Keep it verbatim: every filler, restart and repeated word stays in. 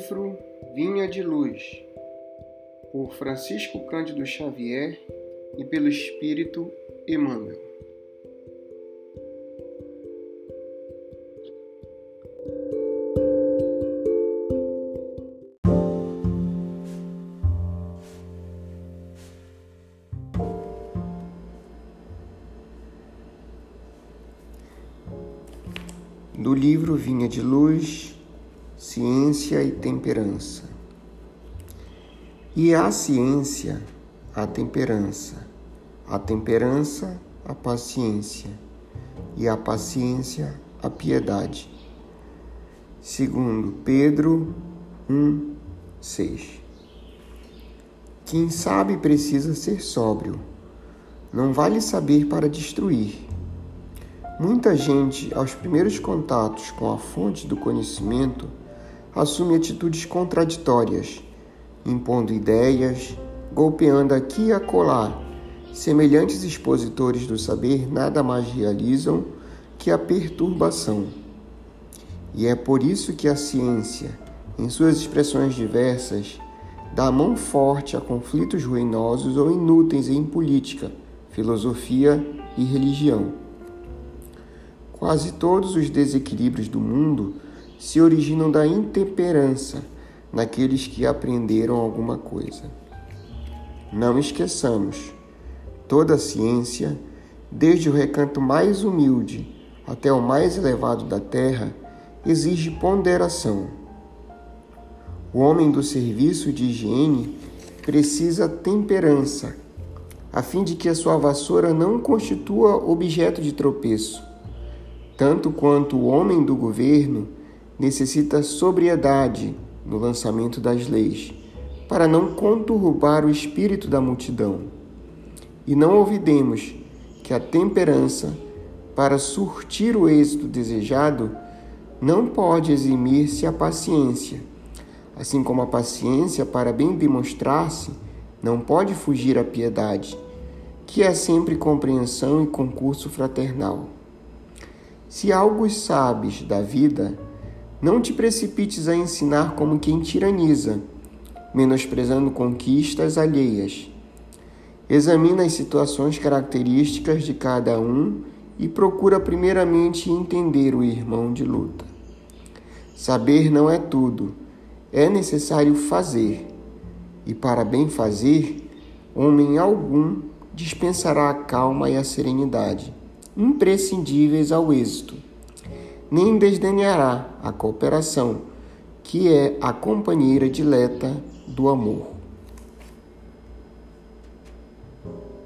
livro Vinha de Luz, por Francisco Cândido Xavier e pelo Espírito Emmanuel. Do livro Vinha de Luz, Ciência e Temperança. E a ciência, a temperança, a temperança, a paciência, e a paciência, a piedade. Segundo Pedro um, seis. Quem sabe precisa ser sóbrio, não vale saber para destruir. Muita gente, aos primeiros contatos com a fonte do conhecimento, assume atitudes contraditórias, impondo ideias, golpeando aqui e acolá. Semelhantes expositores do saber nada mais realizam que a perturbação. E é por isso que a ciência, em suas expressões diversas, dá mão forte a conflitos ruinosos ou inúteis em política, filosofia e religião. Quase todos os desequilíbrios do mundo se originam da intemperança naqueles que aprenderam alguma coisa. Não esqueçamos, toda a ciência, desde o recanto mais humilde até o mais elevado da terra, exige ponderação. O homem do serviço de higiene precisa temperança, a fim de que a sua vassoura não constitua objeto de tropeço, tanto quanto o homem do governo necessita sobriedade no lançamento das leis, para não conturbar o espírito da multidão. E não olvidemos que a temperança, para surtir o êxito desejado, não pode eximir-se a paciência, assim como a paciência, para bem demonstrar-se, não pode fugir à piedade, que é sempre compreensão e concurso fraternal. Se algo sabes da vida, não te precipites a ensinar como quem tiraniza, menosprezando conquistas alheias. Examina as situações características de cada um e procura primeiramente entender o irmão de luta. Saber não é tudo, é necessário fazer, e para bem fazer, homem algum dispensará a calma e a serenidade, imprescindíveis ao êxito, nem desdenhará a cooperação, que é a companheira dileta do amor.